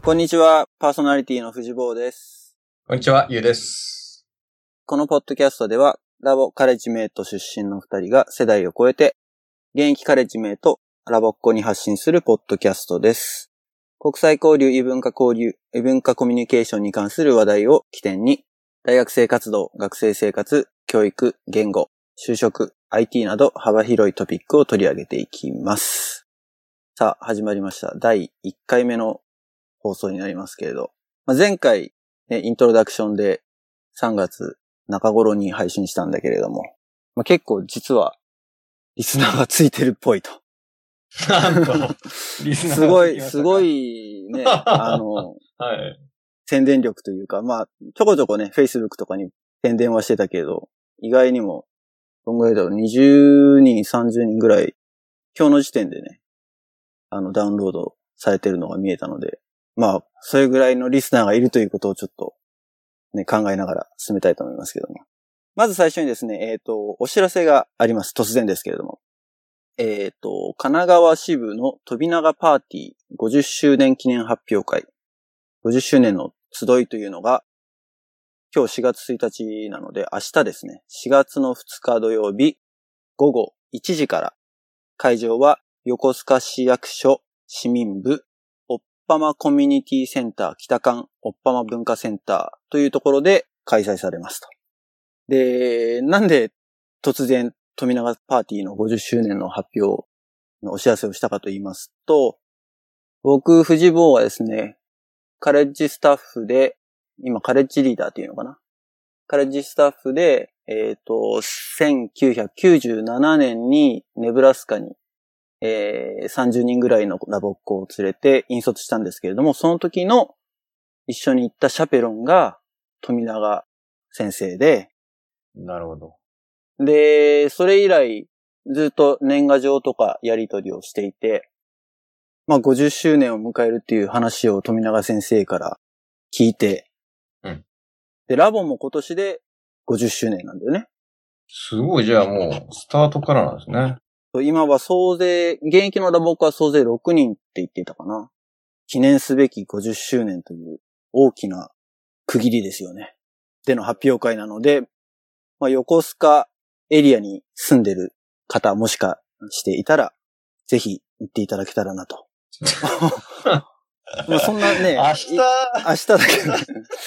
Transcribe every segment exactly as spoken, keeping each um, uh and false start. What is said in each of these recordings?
こんにちは、パーソナリティの藤坊です。 こんにちは、ゆうです。 このポッドキャストでは、ラボカレッジメイト出身の二人が世代を超えて、現役カレッジメイト、ラボっ子に発信するポッドキャストです。国際交流、異文化交流、異文化コミュニケーションに関する話題を起点に、大学生活動、学生生活、教育、言語、就職、アイティー など幅広いトピックを取り上げていきます。さあ、始まりました。だいいっかいめの放送になりますけれど、まあ、前回、ね、イントロダクションでさんがつなか頃に配信したんだけれども、まあ、結構実はリスナーがついてるっぽいと。 なんと、リスナーがついてきましたか。 すごい、すごいね、あの、はい、宣伝力というか、まあ、ちょこちょこね、Facebook とかに宣伝はしてたけど、意外にも、どんぐらいだろう、にじゅうにん、さんじゅうにんぐらい、今日の時点でね、あの、ダウンロードされてるのが見えたので、まあ、それぐらいのリスナーがいるということをちょっと、ね、考えながら進めたいと思いますけども。まず最初にですね、えっと、お知らせがあります。突然ですけれども。えっと、神奈川支部の飛長パーティーごじゅっしゅうねん記念発表会。ごじゅっしゅうねんの集いというのが、今日しがつついたちなので、明日ですね、しがつのふつか土曜日、ごごいちじから、会場は横須賀市役所市民部、おっぱまコミュニティセンター北館おっぱま文化センターというところで開催されますと。で、なんで突然富永パーティーのごじゅっしゅうねんの発表のお知らせをしたかと言いますと、僕、藤坊はですね、カレッジスタッフで、今カレッジリーダーっていうのかな。カレッジスタッフで、えっと、せんきゅうひゃくきゅうじゅうななねんにネブラスカにえー、さんじゅうにんぐらいのラボっ子を連れて引率したんですけれども、その時の一緒に行ったシャペロンが富永先生で。 なるほど。 で、それ以来ずっと年賀状とかやり取りをしていて、まあごじゅっしゅうねんを迎えるっていう話を富永先生から聞いて、 うん。 で、ラボも今年でごじゅっしゅうねんなんだよね。 すごい、じゃあもうスタートからなんですね。 今は総勢、現役のラボっ子は総勢ろくにんって言っていたかな。記念すべきごじゅっしゅうねんという大きな区切りですよね。での発表会なので、まあ、横須賀エリアに住んでる方もしかしていたら、ぜひ行っていただけたらなと。まあそんなね、 明日明日だけど、ね、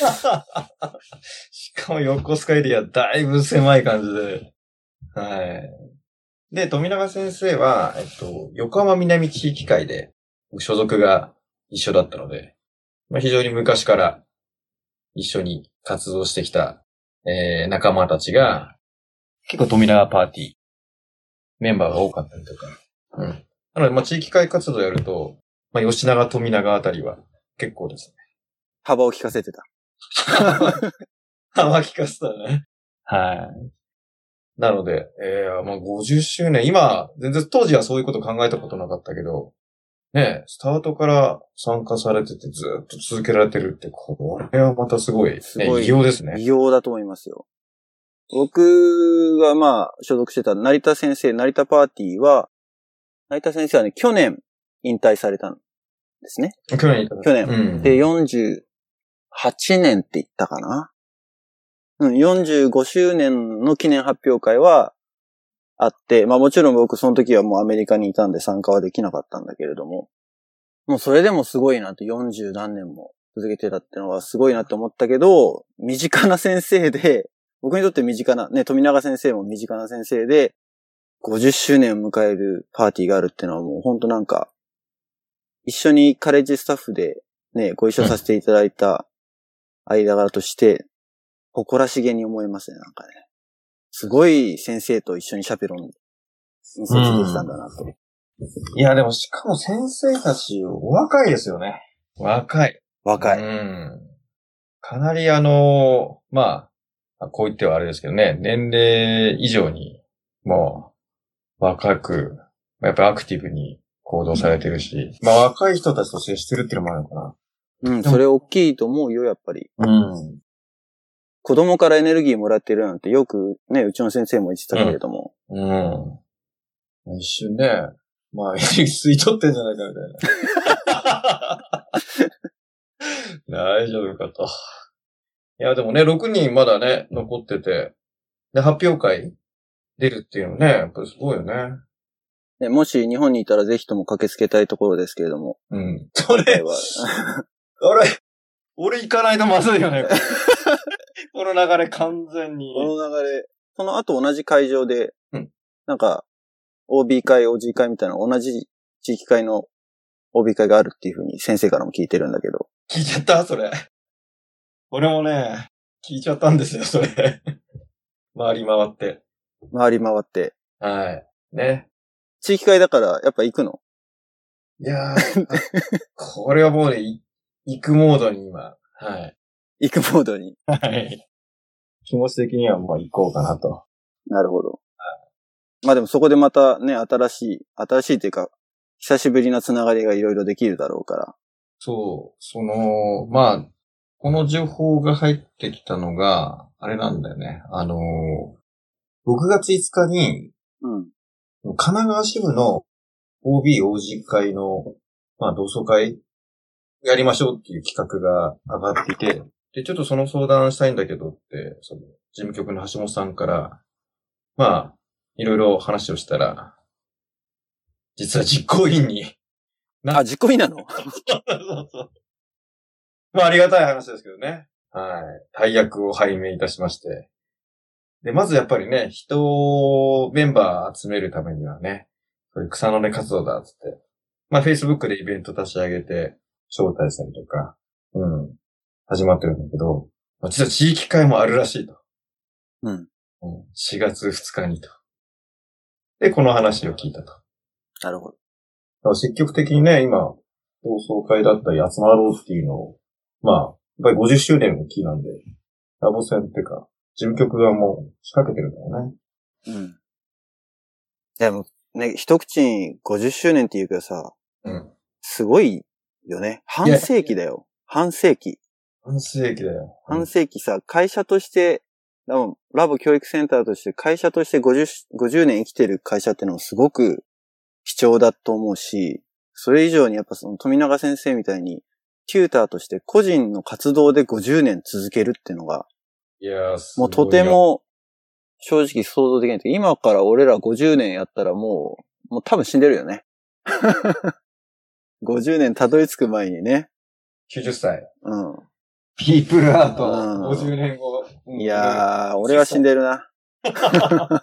しかも横須賀エリアだいぶ狭い感じで。はい。で、富永先生は、えっと、横浜南地域会で所属が一緒だったので、まあ、非常に昔から一緒に活動してきた、えー、仲間たちが、結構富永パーティー、メンバーが多かったりとか。うん。なので、まあ、地域会活動やると、まあ、吉永富永あたりは結構ですね。 幅を利かせてた。 幅利かせたね。はい。なので、えー、まあ、ごじゅっしゅうねん、今、全然当時はそういうこと考えたことなかったけど、ね、スタートから参加されててずっと続けられてるって、これはまたすごい、ね、すごい偉業ですね。 偉業だと思いますよ。僕がまあ、所属してた成田先生、成田パーティーは、成田先生はね、去年引退されたんですね。 去年去年。うん、で、よんじゅうはちねんって言ったかな。うん、よんじゅうごしゅうねんの記念発表会はあって、まあもちろん僕その時はもうアメリカにいたんで参加はできなかったんだけれども、もうそれでもすごいなってよんじゅうなんねんも続けてたってのはすごいなって思ったけど、身近な先生で、僕にとって身近な、ね、富永先生も身近な先生で、ごじゅっしゅうねんを迎えるパーティーがあるってのはもうほんとなんか、一緒にカレッジスタッフでね、ご一緒させていただいた間柄として、誇らしげに思いますね、なんかね。すごい先生と一緒にシャペロンに引率できたんだなと、うん。 いや、でもしかも先生たちお若いですよね。若い。 若い。 うん。かなりあの、まあ、こう言ってはあれですけどね、年齢以上に、もう、若く、やっぱアクティブに行動されてるし、まあ若い人たちと接してるっていうのもあるのかな。 うん、それ大きいと思うよ、やっぱり。 うん。 子供からエネルギーもらってるなんてよくね、うちの先生も言ってたけれども。 うん。うん、一瞬ね、まあ、吸い取ってんじゃないかみたいな。 大丈夫かと。いや、でもね、ろくにんまだね、残ってて、で、発表会出るっていうのね、やっぱりすごいよね。 ね、もし日本にいたらぜひとも駆けつけたいところですけれども。 うん。それは、あれ、俺行かないとまずいよね。この流れ完全に。 この流れ、その後同じ会場で、 うん、 なんか、オービー 会、オージー 会みたいな同じ地域会の オービー 会があるっていう風に先生からも聞いてるんだけど。 聞いちゃったそれ。俺もね、聞いちゃったんですよ、それ。回り回って。 回り回って。 はい。ね。 地域会だからやっぱ行くの？ いやー、これはもうね、行くモードに今、はい。 行くモードに。 はい。気持ち的にはもう行こうかなと。 なるほど。はい、まあでもそこでまたね、新しい、新しいというか、久しぶりなつながりがいろいろできるだろうから。 そう、その、まあ、この情報が入ってきたのが、あれなんだよね。あの、ろくがついつかに、うん、神奈川支部の オービー オージー 会の、まあ、同窓会やりましょうっていう企画が上がっていて、で、ちょっとその相談したいんだけどって、その、事務局の橋本さんから、まあ、いろいろ話をしたら、実は実行委員に。 あ、実行委員なの？ そうそう。まあ、ありがたい話ですけどね。はい。大役を拝命いたしまして。で、まずやっぱりね、人を、メンバー集めるためにはね、そういう草の根活動だっつって。まあ、Facebook でイベント立ち上げて、招待したりとか、うん、始まってるんだけど、実は地域会もあるらしいと。うん。うん、しがつふつかにと。で、この話を聞いたと。 なるほど。だから積極的にね、今、同窓会だったり集まろうっていうのを、まあ、やっぱりごじゅっしゅうねんの期なんで、ラボ戦っていうか、事務局がもう仕掛けてるんだよね。 うん。でも、ね、一口にごじゅっしゅうねんって言うけどさ、うん。すごいよね。半世紀だよ。半世紀。 半世紀だよ。 半世紀さ、会社として、ラボ教育センターとして会社として50、ごじゅうねん生きてる会社ってのもすごく貴重だと思うし、それ以上にやっぱその富永先生みたいに、テューターとして個人の活動でごじゅうねん続けるっていうのが、 いやー、 もうとても正直想像できない。今から俺らごじゅうねんやったらもう、もう多分死んでるよね。ごじゅうねんたどり着く前にね。 きゅうじゅっさい。 うん。 ピープルアート。ごじゅうねんご。 うん、いやー、俺は死んでるな。 いやー、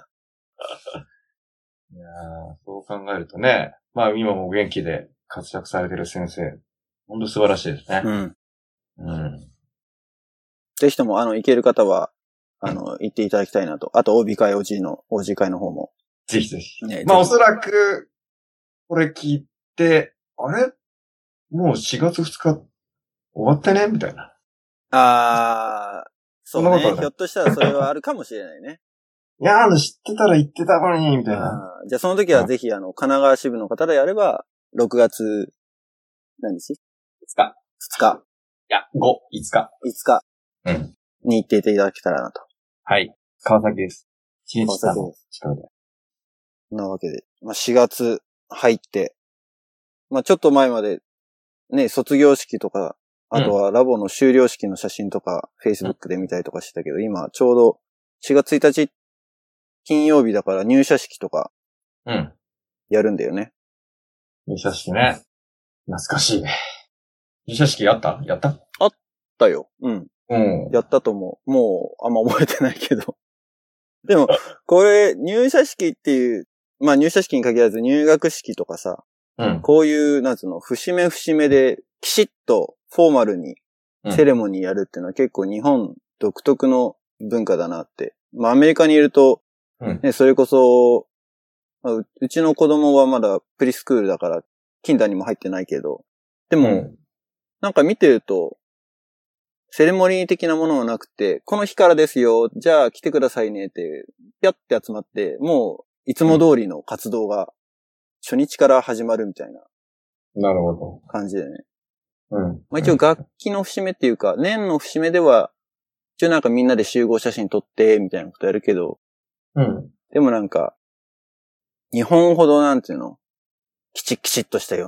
そう考えるとね。まあ今も元気で活躍されてる先生。ほんと素晴らしいですね。うん。うん。 ぜひとも、あの、行ける方は、あの、行っていただきたいなと。あと、オービー 会 オージー の、オージー 会の方も。 ぜひぜひ。ね、まあおそらく、これ聞いて、あれもうしがつふつか終わってねみたいな。 あー、そうね。ひょっとしたらそれはあるかもしれないね。 いやー、知ってたら言ってたのに、みたいな。 じゃあその時はぜひ、あの、神奈川支部の方でやれば、ろくがつ、何日 ?ふつか。ふつか。 いや、ご、いつか。 いつか。うん。に行っていただけたらなと。 はい。川崎です。 川崎です。近くで。なわけで。まあ、しがつ入って、まあ、ちょっと前まで、ね、卒業式とか、あとはラボの修了式の写真とか、うん、Facebook で見たりとかしてたけど、今、ちょうどしがつついたち、金曜日だから入社式とか、うん。やるんだよね。 入社式ね。懐かしいね。入社式あったやったあったよ。うん。うん。やったと思う。もう、あんま覚えてないけど。でも、これ、入社式っていう、まあ入社式に限らず入学式とかさ、うん、こういう、なんつうの、節目節目で、きちっとフォーマルにセレモニーやるっていうのは結構日本独特の文化だなって。まあアメリカにいると、ね、うん、それこそ、まあ、う、うちの子供はまだプリスクールだから、キンダーにも入ってないけど、でも、うん、なんか見てると、セレモニー的なものはなくて、この日からですよ、じゃあ来てくださいねって、ぴゃって集まって、もう、いつも通りの活動が、初日から始まるみたいな。 なるほど。 感じでね。 うん。 まあ一応楽器の節目っていうか、年の節目では、一応なんかみんなで集合写真撮って、みたいなことやるけど、うん。でもなんか、日本ほどなんていうの、きちっきちっとしたような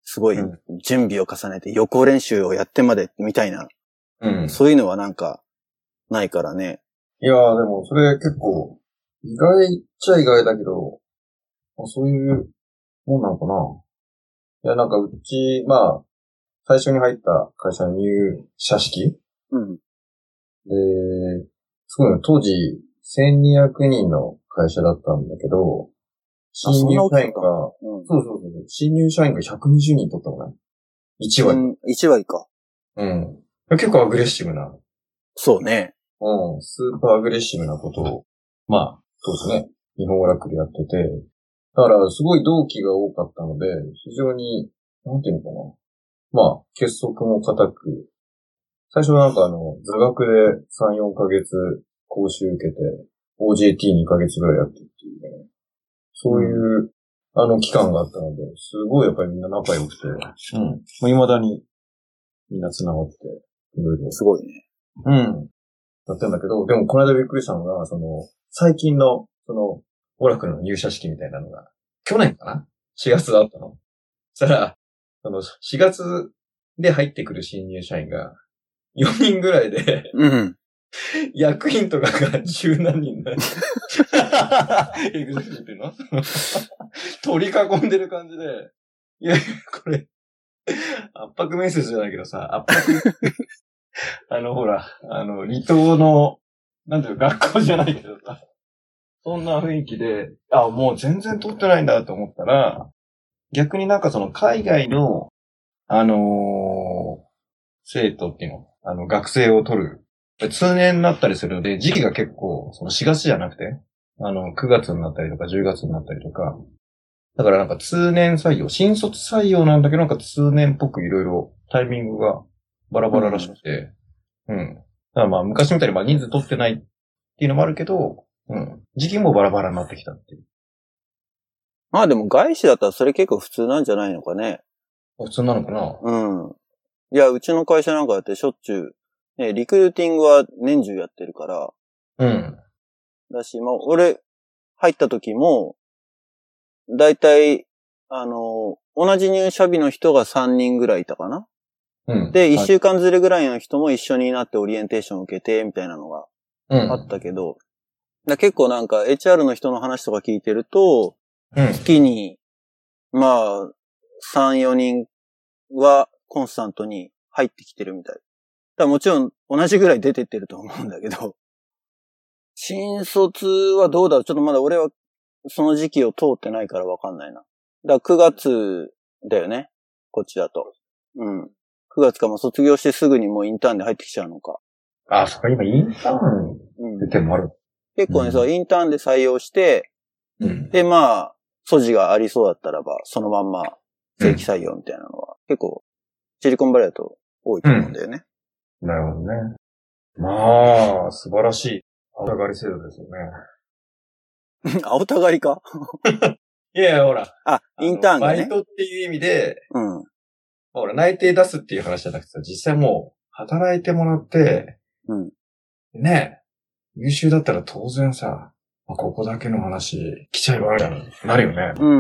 すごい準備を重ねて予行練習をやってまでみたいな。うん。そういうのはなんか、ないからね。 いやーでもそれ結構、意外っちゃ意外だけど、そういうもんなのかな。いやなんかうち、まあ、最初に入った会社の入社式うん。で、すごいの、当時、せんにひゃくにんの会社だったんだけど、新入社員が、うん、そうそうそう、新入社員がひゃくにじゅうにん取ったのね。いちわり。うん、 いちわりか。 うん。結構アグレッシブな。 そうね。 うん、スーパーアグレッシブなことを、まあ、そうですね。日本オラクルやってて、だからすごい同期が多かったので、非常に、なんていうのかな。まあ、結束も固く、最初はなんかあの、座学でさん、よんかげつ講習受けて、オージェーティーに ヶ月ぐらいやってっていうね。そういう、うん、あの、期間があったので、すごいやっぱりみんな仲良くて、うん。もう未だにみんな繋がって、いろいろ。 すごいね。 うん。やってんだけど、でもこの間びっくりしたのが、その、最近の、その、オラクルの入社式みたいなのが、去年かな ?し 月だったの。そしたら、その、しがつで入ってくる新入社員が、よにんぐらいで、うん。役員とかが十何人だ。エグゼクティブっていうの取り囲んでる感じで、いや、これ、圧迫面接じゃないけどさ、圧迫、あの、ほら、あの、離島の、なんていう学校じゃないけどさ、そんな雰囲気で、あ、もう全然取ってないんだと思ったら、逆になんかその海外の、あのー、生徒っていうの、あの、学生を取る、通年になったりするので、時期が結構、そのしがつじゃなくて、あの、くがつになったりとかじゅうがつになったりとか、だからなんか通年採用、新卒採用なんだけどなんか通年っぽくいろいろタイミングがバラバラらしくて、うん。うん、だからまあ昔みたいにまあ人数取ってないっていうのもあるけど、うん。時期もバラバラになってきたっていう。 まあでも外資だったらそれ結構普通なんじゃないのかね。 普通なのかな？ うん。いや、うちの会社なんかだってしょっちゅう、ね、リクルーティングは年中やってるから。うん。だし、まあ俺、入った時も、だいたい、あの、同じ入社日の人がさんにんぐらいいたかな。うん。で、いっしゅうかんずれぐらいの人も一緒になってオリエンテーションを受けて、みたいなのがあったけど、うん、だ結構なんか エイチアール の人の話とか聞いてると、うん、月に、まあ、さん、よにんはコンスタントに入ってきてるみたい。だからもちろん同じぐらい出てってると思うんだけど、新卒はどうだろう？ちょっとまだ俺はその時期を通ってないからわかんないな。だからくがつだよね。こっちだと。うん。くがつかも卒業してすぐにもうインターンで入ってきちゃうのか。 あ、そっか、今インターン出てもある。 結構ね、うん、そう、インターンで採用して、うん、で、まあ、素地がありそうだったらば、そのまんま正規採用みたいなのは、結構、シリコンバレーだと多いと思うんだよね。 うん、なるほどね。まあ、素晴らしい。青たがり制度ですよね。青たがりかいやいや、ほら。 あ、インターンがね。 バイトっていう意味で、うん。ほら、内定出すっていう話じゃなくてさ、実際もう、働いてもらって、うん。ねえ、優秀だったら当然さ、まあ、ここだけの話、来ちゃえばあるじゃん。なるよね。 うん。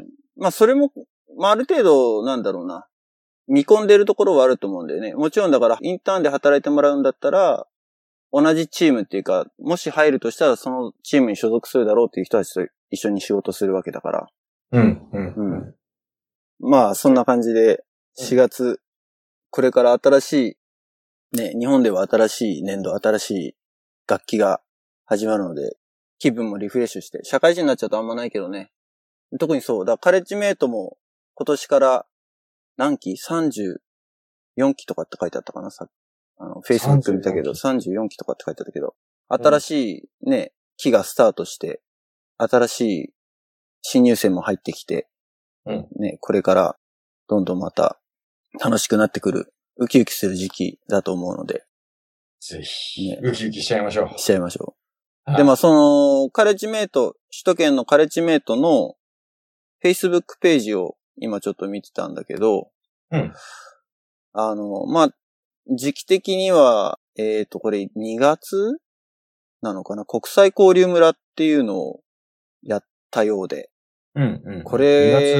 まあ、それも、まあ、ある程度、なんだろうな。見込んでるところはあると思うんだよね。もちろんだから、インターンで働いてもらうんだったら、同じチームっていうか、もし入るとしたら、そのチームに所属するだろうっていう人たちと一緒に仕事するわけだから。うん、うん、うん。まあ、そんな感じで、しがつ、これから新しい、ね、日本では新しい年度、新しい楽器が始まるので、気分もリフレッシュして、社会人になっちゃうとあんまないけどね。特にそう、だカレッジメイトも今年から何期 ?さんじゅうよん 期とかって書いてあったかなさあの、Facebook 見たけど、さんじゅうよん期とかって書いてあったけど、新しいね、期がスタートして、新しい新入生も入ってきて、うん、ね、これからどんどんまた楽しくなってくる、ウキウキする時期だと思うので。 ぜひ、ね、ウキウキしちゃいましょう。 しちゃいましょう。で、まあ、その、カレッジメイト、首都圏のカレッジメイトの Facebook ページを今ちょっと見てたんだけど、うん。あの、まあ、時期的には、えっと、これにがつなのかな？国際交流村っていうのをやったようで。うんうん。これ、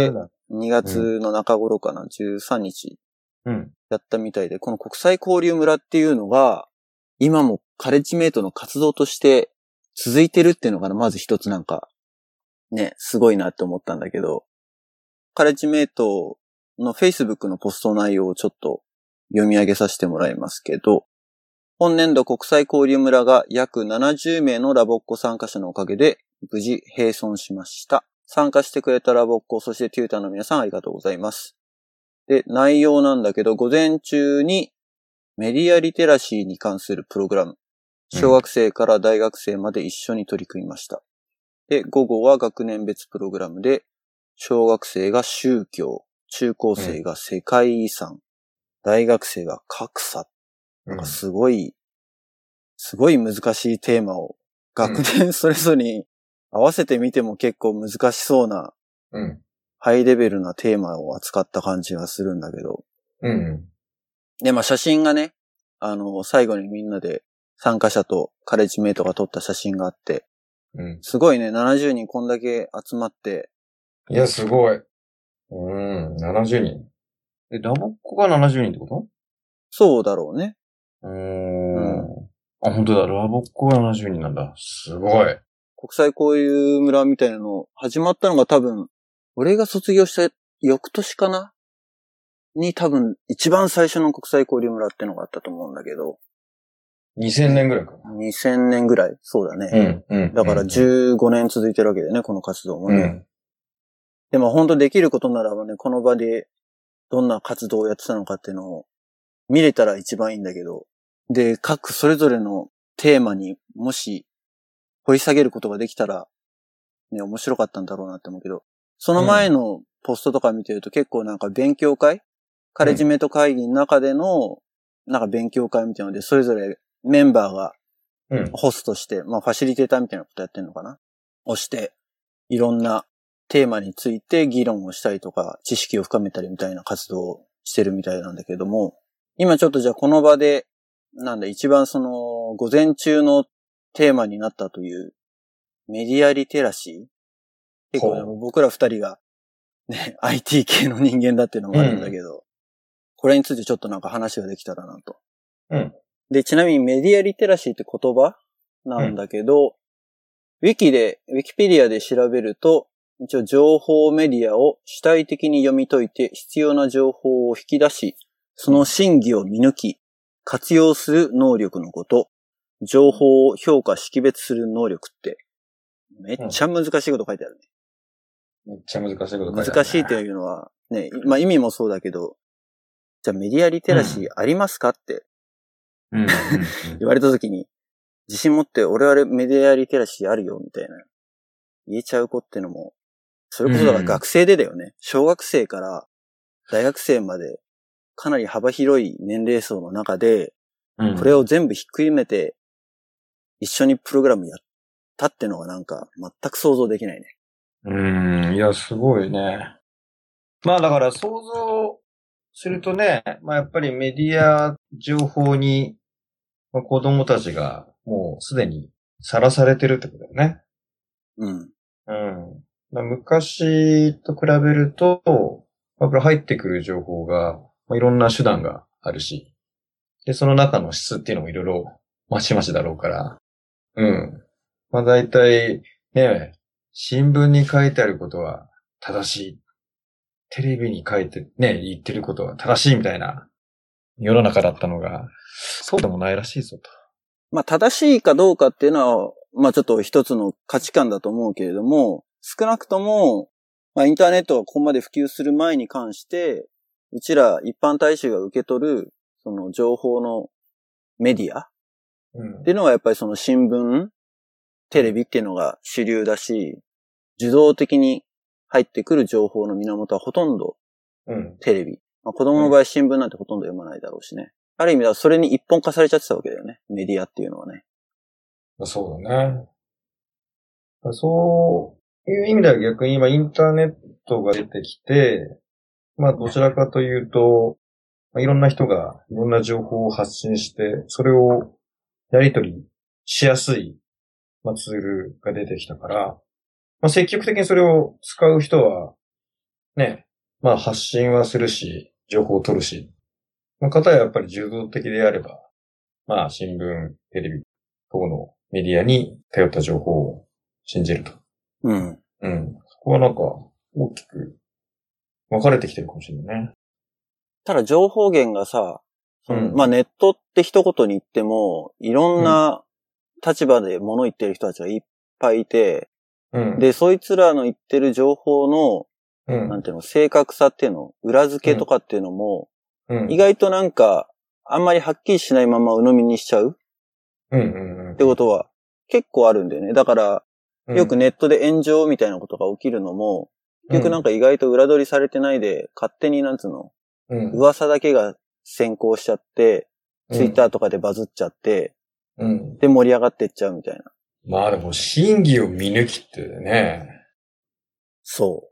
にがつの中頃かな、じゅうさんにちうん。 やったみたいで、この国際交流村っていうのが、今もカレッジメイトの活動として続いてるっていうのがまず一つなんか、ね、すごいなって思ったんだけど、カレッジメイトの Facebook のポスト内容をちょっと読み上げさせてもらいますけど、本年度国際交流村が約ななじゅうめいのラボっ子参加者のおかげで無事閉村しました。参加してくれたラボっ子、そしてテューターの皆さんありがとうございます。で、内容なんだけど、午前中にメディアリテラシーに関するプログラム。小学生から大学生まで一緒に取り組みました。で、午後は学年別プログラムで、小学生が宗教、中高生が世界遺産、大学生が格差。なんかすごい、すごい難しいテーマを、学年それぞれに合わせてみても結構難しそうな、ハイレベルなテーマを扱った感じがするんだけど。 うん。 で、まあ写真がね、あの、最後にみんなで参加者とカレッジメイトが撮った写真があって、 うん、 すごいね、ななじゅうにんこんだけ集まって。 いや、すごい。うん、ななじゅうにん。え、ラボっ子がななじゅうにんってこと？ そうだろうね。 うーん。うん、あ、本当だ。ラボっ子がななじゅうにんなんだ。すごい。 国際交流村みたいなの始まったのが多分、俺が卒業した翌年かなに多分一番最初の国際交流村ってのがあったと思うんだけど。 にせんねんぐらいかな。 にせんねんぐらい。そうだね。 うん。うん。 だからじゅうごねん続いてるわけだよね、この活動もね。うん、でも本当できることならばね、この場でどんな活動をやってたのかっていうのを見れたら一番いいんだけど。で、各それぞれのテーマにもし掘り下げることができたら、ね、面白かったんだろうなって思うけど、その前のポストとか見てると結構なんか勉強会、カレッジメイト会議の中での、なんか勉強会みたいなので、それぞれメンバーがホストして、うん、まあファシリテーターみたいなことやってんのかなをして、いろんなテーマについて議論をしたりとか、知識を深めたりみたいな活動をしてるみたいなんだけども、今ちょっとじゃあこの場で、なんだ、一番その、午前中のテーマになったというメディアリテラシー結構、ね、僕ら二人がね、アイティー 系の人間だっていうのもあるんだけど、うん、これについてちょっとなんか話ができたらなと。 うん。 で、ちなみにメディアリテラシーって言葉なんだけど、うん、ウィキで、ウィキペディアで調べると、一応情報メディアを主体的に読み解いて必要な情報を引き出し、その真偽を見抜き、活用する能力のこと、情報を評価識別する能力って、めっちゃ難しいこと書いてあるね。 めっちゃ難しいこと書いてある、ね。 難しいというのは、ね、まあ意味もそうだけど、じゃあメディアリテラシーありますかって、 うん、 言われたときに、自信持って俺はメディアリテラシーあるよみたいな言えちゃう子ってのも、それこそだから学生でだよね。うん、小学生から大学生までかなり幅広い年齢層の中で、うん、これを全部ひっくるめて一緒にプログラムやったってのがなんか全く想像できないね。 うーん、いや、すごいね。まあだから想像するとね、まあやっぱりメディア情報に、まあ、子供たちがもうすでにさらされてるってことだよね。 うん。 うん。まあ、昔と比べると、やっぱり入ってくる情報が、まあ、いろんな手段があるし、で、その中の質っていうのもいろいろまちまちだろうから、うん。まあ大体、ね、新聞に書いてあることは正しい。テレビに書いてね、言ってることは正しいみたいな世の中だったのが、そうでもないらしいぞと。 まあ正しいかどうかっていうのは、まあちょっと一つの価値観だと思うけれども、少なくとも、まあインターネットがここまで普及する前に関して、うちら一般大衆が受け取る、その情報のメディア、うん、っていうのはやっぱりその新聞、テレビっていうのが主流だし、受動的に入ってくる情報の源はほとんどテレビ。うんまあ、子供の場合新聞なんてほとんど読まないだろうしね。ある意味ではそれに一本化されちゃってたわけだよね。メディアっていうのはね。 そうだね。そういう意味では逆に今インターネットが出てきて、まあどちらかというと、まあ、いろんな人がいろんな情報を発信して、それをやり取りしやすい、まあ、ツールが出てきたから、まあ、積極的にそれを使う人は、ね、 まあ発信はするし、情報を取るし、まあ、方はやっぱり受動的であれば、まあ新聞、テレビ等のメディアに頼った情報を信じると。 うん。 うん。そこはなんか大きく分かれてきてるかもしれないね。 ただ情報源がさ、その、 うん、 まあネットって一言に言っても、いろんな立場で物言ってる人たちがいっぱいいて、うん、で、そいつらの言ってる情報の、うん、なんていうの、正確さっていうの、裏付けとかっていうのも、うん、意外となんか、あんまりはっきりしないまま鵜呑みにしちゃう、うんうんうん、ってことは結構あるんだよね。だから、よくネットで炎上みたいなことが起きるのも、結局なんか意外と裏取りされてないで、勝手になんつうの、うん、噂だけが先行しちゃって、うん、ツイッターとかでバズっちゃって、うん、で盛り上がってっちゃうみたいな。 まあでも真偽を見抜きってね。 そう。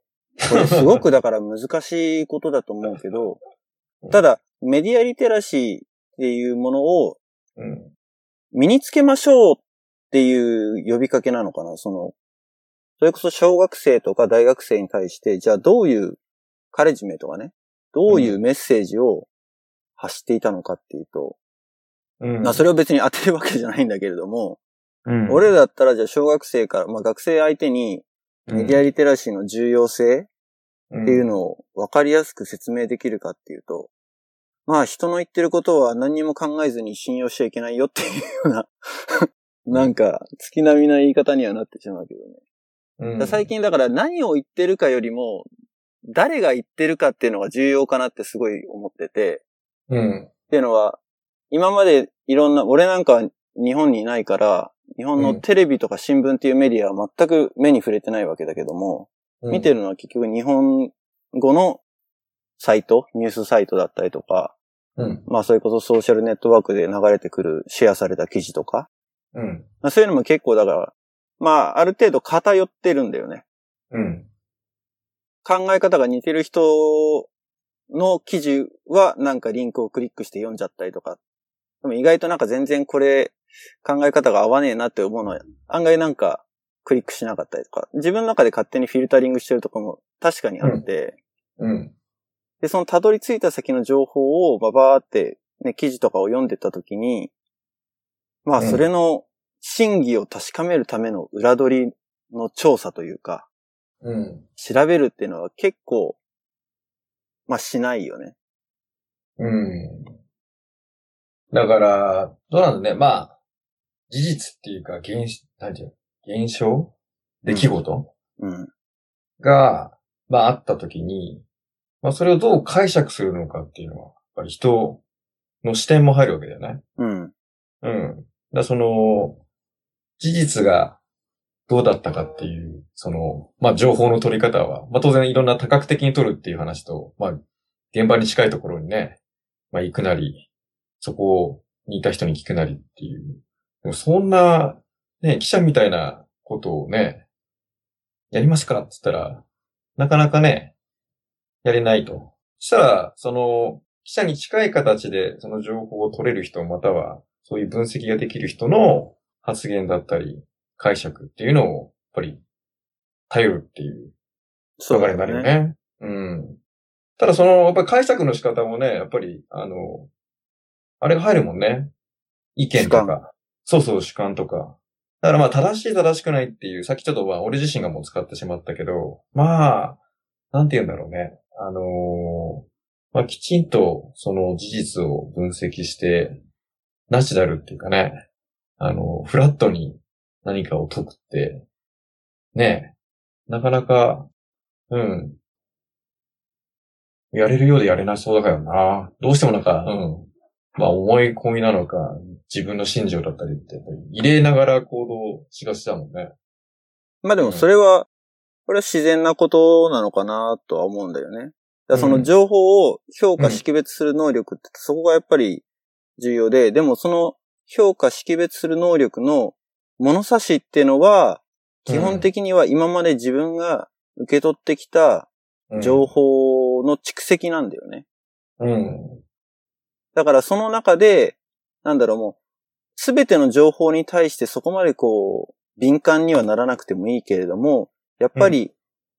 これすごくだから難しいことだと思うけど、ただメディアリテラシーっていうものを身につけましょうっていう呼びかけなのかな。その、それこそ小学生とか大学生に対して、じゃあどういうカレッジメイトがね、どういうメッセージを発していたのかっていうと、うん、まあそれを別に当てるわけじゃないんだけれども、うん、俺だったらじゃあ小学生から、まあ学生相手にメディアリテラシーの重要性っていうのを分かりやすく説明できるかっていうと、まあ人の言ってることは何にも考えずに信用しちゃいけないよっていうような、なんか月並みな言い方にはなってしまうけどね。うん、最近だから何を言ってるかよりも、誰が言ってるかっていうのが重要かなってすごい思ってて、うん、っていうのは、今までいろんな、俺なんか日本にいないから、日本のテレビとか新聞っていうメディアは全く目に触れてないわけだけども、うん、見てるのは結局日本語のサイト、ニュースサイトだったりとか、うん、まあそれこそソーシャルネットワークで流れてくるシェアされた記事とか、うん、まあ、そういうのも結構だから、まあある程度偏ってるんだよね。うん、考え方が似てる人の記事はなんかリンクをクリックして読んじゃったりとか、でも意外となんか全然これ考え方が合わねえなって思うのは案外なんかクリックしなかったりとか、自分の中で勝手にフィルタリングしてるところも確かにあって、うんうん、で、その辿り着いた先の情報をババーってね、記事とかを読んでたときに、まあそれの真偽を確かめるための裏取りの調査というか、うん、調べるっていうのは結構、まあしないよね。 うん。だから、どうなんだね。まあ、事実っていうか、現、なんていうの、現象出来事、うんうん、が、まああったときに、まあそれをどう解釈するのかっていうのは、やっぱり人の視点も入るわけだよね。うん。うん。だその、事実がどうだったかっていう、その、まあ情報の取り方は、まあ当然いろんな多角的に取るっていう話と、まあ現場に近いところにね、まあ行くなり、そこにいた人に聞くなりっていう。でもそんな、ね、記者みたいなことをね、やりますかって言ったら、なかなかね、やれないと。そしたら、その、記者に近い形でその情報を取れる人、または、そういう分析ができる人の発言だったり、解釈っていうのを、やっぱり、頼るっていう流れになるよね。ね。うん。ただその、やっぱり解釈の仕方もね、やっぱり、あの、あれが入るもんね。意見とか。そうそう、主観とか。だからまあ、正しい正しくないっていう、さっきちょっとまあ、俺自身がもう使ってしまったけど、まあ、なんて言うんだろうね。あのー、まあ、きちんと、その事実を分析して、ナチュラルっていうかね、あの、フラットに何かを解くって、ね、なかなか、うん、やれるようでやれなそうだからな。どうしてもなんか、うん、まあ思い込みなのか、自分の心情だったりって、やっぱり入れながら行動しがちだもんね。 まあでもそれは、うん、これは自然なことなのかなとは思うんだよね。だその情報を評価識別する能力って、そこがやっぱり重要で、でもその評価識別する能力の物差しっていうのは、基本的には今まで自分が受け取ってきた情報の蓄積なんだよね。うん。だからその中で、なんだろうもう、すべての情報に対してそこまでこう、敏感にはならなくてもいいけれども、やっぱり、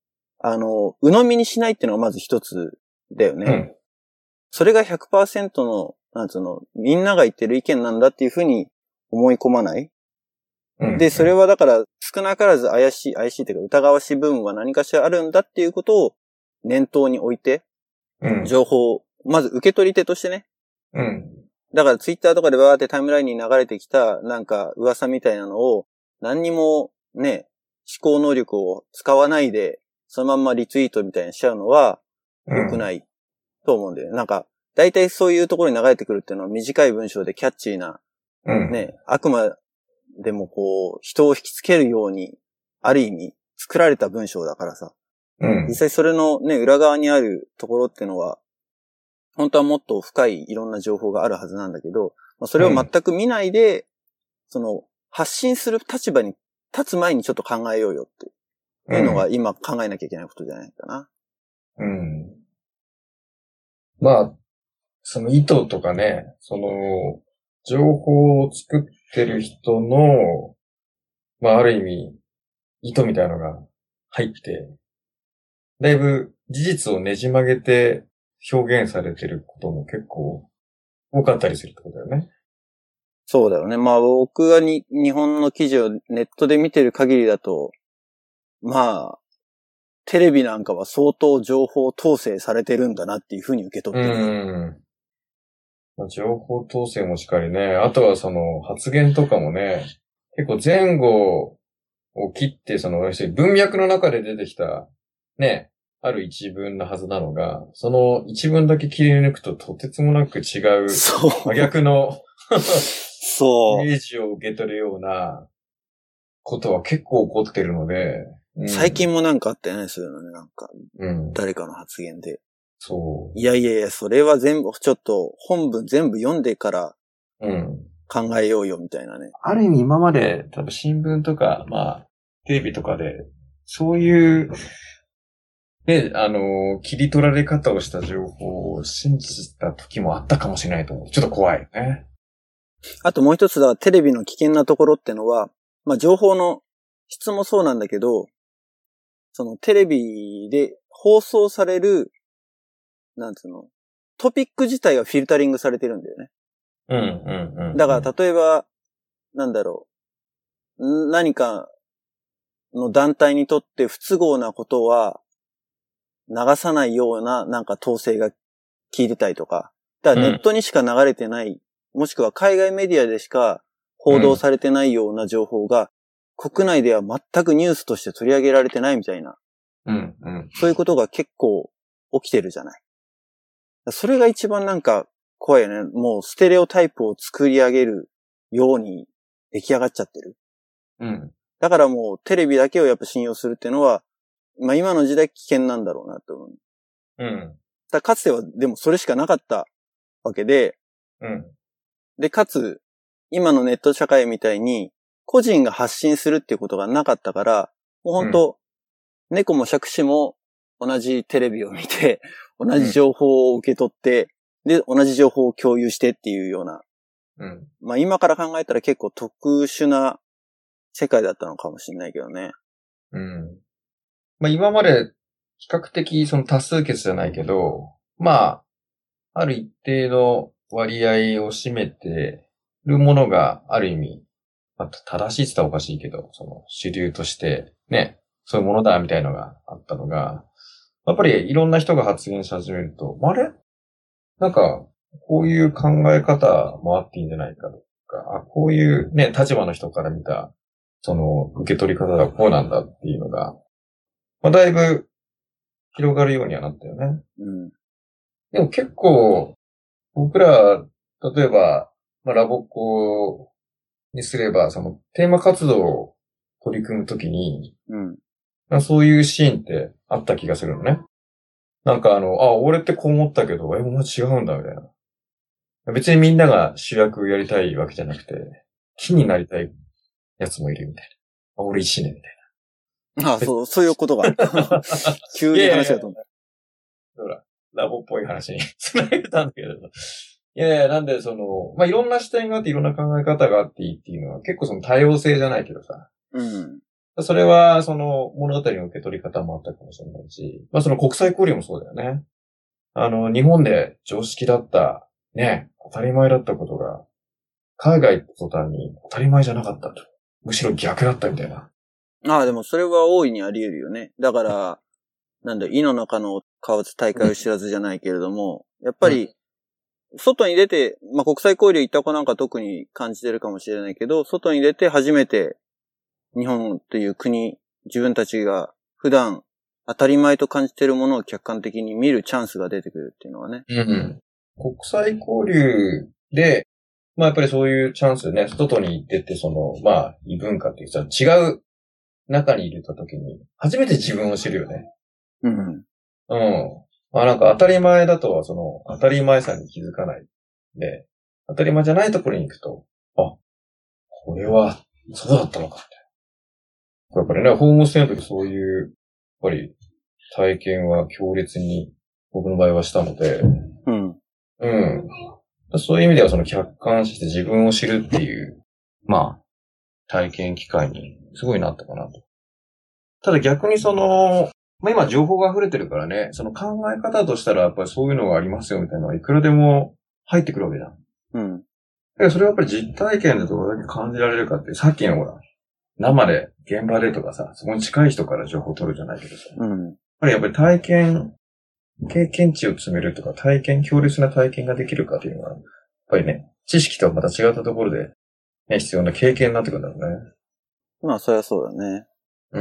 あの、鵜呑みにしないっていうのがまず一つだよね。うん、それが ひゃくパーセント の、なんつうの、みんなが言ってる意見なんだっていうふうに思い込まない。うん、で、それはだから少なからず怪しい、怪しいというか疑わしい部分は何かしらあるんだっていうことを念頭に置いて、うん、情報を、まず受け取り手としてね。うん。だからツイッターとかでバーってタイムラインに流れてきたなんか噂みたいなのを何にもね、思考能力を使わないでそのまんまリツイートみたいにしちゃうのは良くないと思うんだよね。うん、なんか大体そういうところに流れてくるっていうのは短い文章でキャッチーな、うん、ね、あくまでもこう人を引きつけるようにある意味作られた文章だからさ。うん、実際それのね、裏側にあるところっていうのは本当はもっと深いいろんな情報があるはずなんだけど、まあ、それを全く見ないで、うん、その、発信する立場に立つ前にちょっと考えようよっていうのが今考えなきゃいけないことじゃないかな。 うん。まあ、その意図とかね、その、情報を作ってる人の、まあある意味、意図みたいなのが入って、だいぶ事実をねじ曲げて、表現されてることも結構多かったりするってことだよね。 そうだよね。まあ僕がに日本の記事をネットで見てる限りだと、まあ、テレビなんかは相当情報統制されてるんだなっていうふうに受け取ってる。 うん。情報統制もしっかりね。あとはその発言とかもね、結構前後を切って、その文脈の中で出てきた、ね、ある一文のはずなのが、その一文だけ切り抜くととてつもなく違う、真逆のそう。イメージを受け取るようなことは結構起こってるので、 うん、最近もなんかあってね、そういうのね、なんか、うん、誰かの発言で。 そう。 いやいやいや、それは全部、ちょっと本文全部読んでから考えようよみたいなね。 うん、ある意味今まで多分新聞とか、まあ、テレビとかで、そういう、で、あの、切り取られ方をした情報を信じた時もあったかもしれないと思う。ちょっと怖いよね。 あともう一つだ、テレビの危険なところってのは、まあ情報の質もそうなんだけど、そのテレビで放送される、なんつうの、トピック自体がフィルタリングされてるんだよね。 うんうんうん、うん。 だから例えば、なんだろう、何かの団体にとって不都合なことは、流さないようななんか統制が効いてたりとか。だからネットにしか流れてない、うん、もしくは海外メディアでしか報道されてないような情報が、うん、国内では全くニュースとして取り上げられてないみたいな。 うんうん、 そういうことが結構起きてるじゃない。それが一番なんか怖いよね。もうステレオタイプを作り上げるように出来上がっちゃってる。 うん、 だからもうテレビだけをやっぱ信用するっていうのは、まあ今の時代危険なんだろうなと思う。 うん。 だかつてはでもそれしかなかったわけで、 うん。 で、かつ、今のネット社会みたいに個人が発信するっていうことがなかったから、もう本当、うん、猫も杓子も同じテレビを見て、同じ情報を受け取って、うん、で、同じ情報を共有してっていうような。 うん。 まあ今から考えたら結構特殊な世界だったのかもしれないけどね。 うん。まあ今まで比較的その多数決じゃないけど、まあ、ある一定の割合を占めてるものがある意味、まあ、正しいって言ったらおかしいけど、その主流としてね、そういうものだみたいのがあったのが、やっぱりいろんな人が発言し始めると、あれなんか、こういう考え方もあっていいんじゃないかとか、あ、こういうね、立場の人から見た、その受け取り方がこうなんだっていうのが、まあ、だいぶ広がるようにはなったよね。 うん。 でも結構、僕ら、例えば、まあ、ラボっ子にすれば、そのテーマ活動を取り組むときに、 うん。 まあ、そういうシーンってあった気がするのね。なんかあの、あ、俺ってこう思ったけど、え、お前違うんだ、みたいな。別にみんなが主役やりたいわけじゃなくて、木になりたいやつもいるみたいな。あ、俺石ね、みたいな。ああ、そう、そういうことが。急に話が飛んだ。 ほら、ラボっぽい話に繋げたんだけど。いやいや、なんでその、まあ、いろんな視点があっていろんな考え方があっていいっていうのは結構その多様性じゃないけどさ。 うん。 それは、その物語の受け取り方もあったかもしれないし、まあその国際交流もそうだよね。あの、日本で常識だった、ね、当たり前だったことが、海外行った途端に当たり前じゃなかったと。むしろ逆だったみたいな。 ああ、でもそれは大いにあり得るよね。だから、なんだ、井の中の蛙大海を知らずじゃないけれども、うん、やっぱり、外に出て、まあ、国際交流行った子なんか特に感じてるかもしれないけど、外に出て初めて日本という国、自分たちが普段当たり前と感じているものを客観的に見るチャンスが出てくるっていうのはね。 うん。国際交流で、まあやっぱりそういうチャンスね、外に行ってって、その、まあ異文化っていうさ、違う中に入れた時に、初めて自分を知るよね。 うん。 うん。まあなんか当たり前だとは、その、当たり前さに気づかない。で、当たり前じゃないところに行くと、あ、これは、そうだったのかって。やっぱりね、ホームステイの時そういう、やっぱり、体験は強烈に、僕の場合はしたので、 うん。 うん。そういう意味ではその客観視して自分を知るっていう、まあ、体験機会にすごいなったかなと。ただ逆にその、まあ今情報が溢れてるからね、その考え方としたらやっぱりそういうのがありますよみたいなのはいくらでも入ってくるわけじゃん。 うん。 だからそれはやっぱり実体験でどれだけ感じられるかって、さっきのほら、生で、現場でとかさ、そこに近い人から情報を取るじゃないけどさ。 うん。やっぱりやっぱり体験、経験値を積めるとか、体験、強烈な体験ができるかっていうのは、やっぱりね、知識とはまた違ったところで、ね、必要な経験になってくるんだろうね。 まあ、そりゃそうだね。 うん。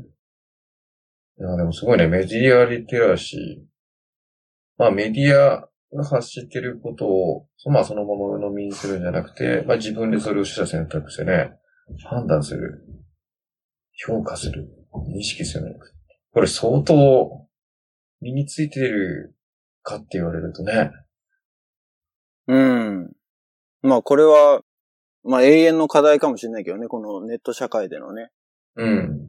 いや、でもすごいね、メディアリテラシー。まあ、メディアが発してることを、まあ、そのまま鵜呑みにするんじゃなくて、まあ、自分でそれを取捨選択してね、判断する、評価する、認識する。これ相当、身についてるかって言われるとね。 うん。まあこれは、まあ永遠の課題かもしれないけどね、このネット社会でのね。 うん。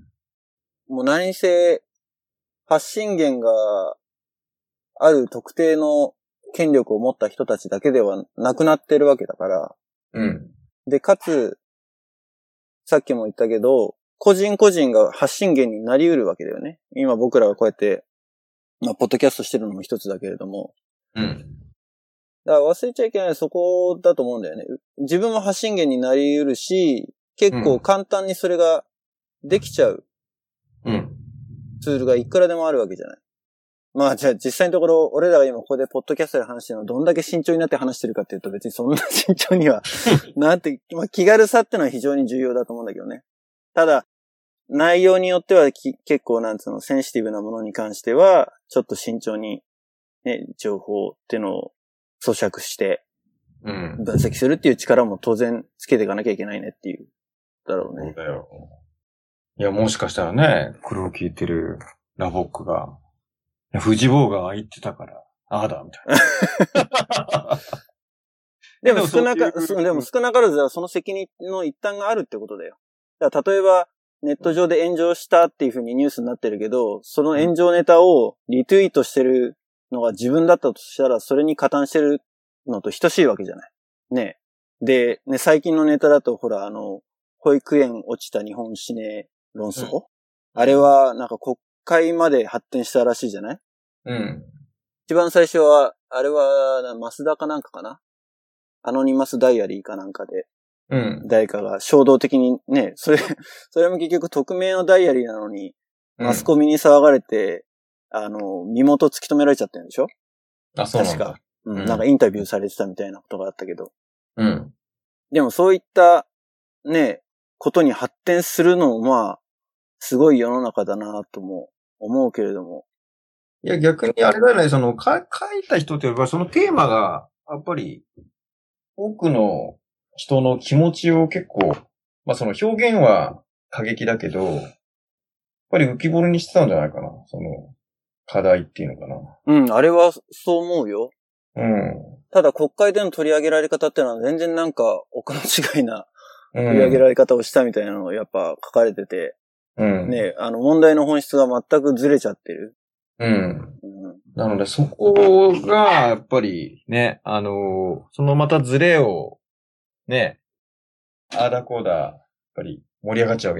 もう何せ、発信源がある特定の権力を持った人たちだけではなくなってるわけだから。 うん。 で、かつ、さっきも言ったけど、個人個人が発信源になり得るわけだよね。今僕らがこうやって、まあ、ポッドキャストしてるのも一つだけれども。 うん。 だから忘れちゃいけないそこだと思うんだよね。自分も発信源になり得るし、結構簡単にそれができちゃう。 うん。 ツールがいくらでもあるわけじゃない。まあじゃあ実際のところ、俺らが今ここでポッドキャストで話してるのはどんだけ慎重になって話してるかっていうと別にそんな慎重にはなって、まあ気軽さってのは非常に重要だと思うんだけどね。ただ、内容によってはき結構なんつうのセンシティブなものに関しては、ちょっと慎重にね、情報っていうのを咀嚼して、分析するっていう力も当然つけていかなきゃいけないねっていう、だろうね。 そうだよ。いや、もしかしたらね、これを聞いてるラボックが、富士坊が言ってたから、ああだ、みたいな。 でも少なか、でも少なからずはその責任の一端があるってことだよ。だから例えば、ネット上で炎上したっていう風にニュースになってるけど、その炎上ネタをリツイートしてるのが自分だったとしたら、それに加担してるのと等しいわけじゃない。ね。で、ね、最近のネタだと、ほら、あの、保育園落ちた日本史ね論争、うん、あれは、なんか国会まで発展したらしいじゃない？ うん。 一番最初は、あれは、マスダかなんかかな？アノニマスダイアリーかなんかで、 うん。 誰かが衝動的にね、それ、それも結局匿名のダイアリーなのに、マスコミに騒がれて、うん、あの、身元突き止められちゃってるんでしょ？ あ、そうなんだ。 確か。うん。なんかインタビューされてたみたいなことがあったけど。 うん。 でもそういった、ね、ことに発展するのも、まあ、すごい世の中だなとも思うけれども。 いや、逆にあれだよね、その、か、書いた人というか、そのテーマが、やっぱり、多くの人の気持ちを結構、まあその表現は過激だけど、やっぱり浮き彫りにしてたんじゃないかな、その、課題っていうのかな。 うん、あれはそう思うよ。 うん。 ただ国会での取り上げられ方ってのは全然なんか、お門違いな取り上げられ方をしたみたいなのをやっぱ書かれてて、 うん。 ね、あの問題の本質が全くずれちゃってる。 うん。うん、なのでそこが、やっぱりね、あの、そのまたずれを、ね、ああだこうだ、やっぱり盛り上がっちゃうわけじゃん。